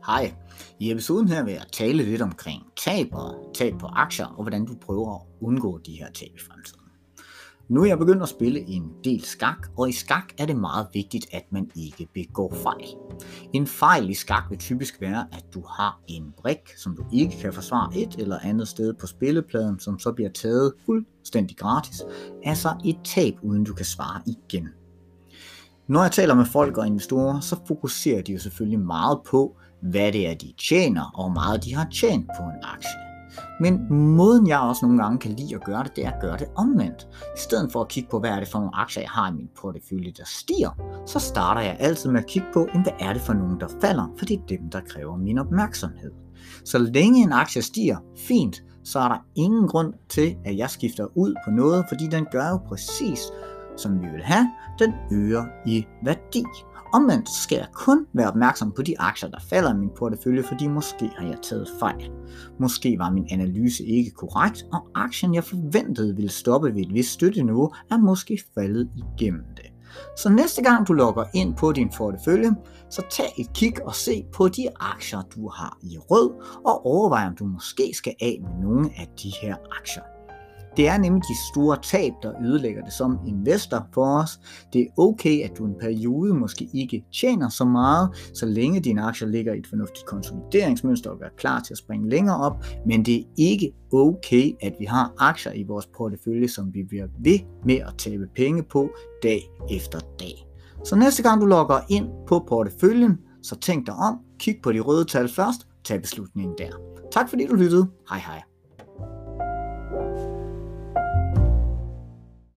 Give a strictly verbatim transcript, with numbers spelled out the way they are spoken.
Hej. I episoden her vil jeg tale lidt omkring tab og tab på aktier, og hvordan du prøver at undgå de her tab i fremtiden. Nu er jeg begyndt at spille en del skak, og i skak er det meget vigtigt, at man ikke begår fejl. En fejl i skak vil typisk være, at du har en brik, som du ikke kan forsvare et eller andet sted på spillepladen, som så bliver taget fuldstændig gratis, altså et tab, uden du kan svare igen. Når jeg taler med folk og investorer, så fokuserer de jo selvfølgelig meget på, hvad det er, de tjener, og hvor meget de har tjent på en aktie. Men måden jeg også nogle gange kan lide at gøre det, det er at gøre det omvendt. I stedet for at kigge på, hvad er det for nogle aktier, jeg har i min portefølje, der stiger, så starter jeg altid med at kigge på, hvad er det for nogle, der falder, for det er dem, der kræver min opmærksomhed. Så længe en aktie stiger, fint, så er der ingen grund til, at jeg skifter ud på noget, fordi den gør jo præcis, som vi vil have, den øger i værdi. Omvendt skal jeg kun være opmærksom på de aktier, der falder i min portefølje, fordi måske har jeg taget fejl. Måske var min analyse ikke korrekt, og aktien, jeg forventede ville stoppe ved et vist støtteniveau, er måske faldet igennem det. Så næste gang du logger ind på din portefølje, så tag et kig og se på de aktier, du har i rød, og overvej, om du måske skal af med nogle af de her aktier. Det er nemlig de store tab, der ødelægger det som investor for os. Det er okay, at du en periode måske ikke tjener så meget, så længe dine aktier ligger i et fornuftigt konsolideringsmønster og er klar til at springe længere op. Men det er ikke okay, at vi har aktier i vores portefølje, som vi bliver ved med at tabe penge på dag efter dag. Så næste gang du logger ind på porteføljen, så tænk dig om, kig på de røde tal først, tag beslutningen der. Tak fordi du lyttede. Hej hej.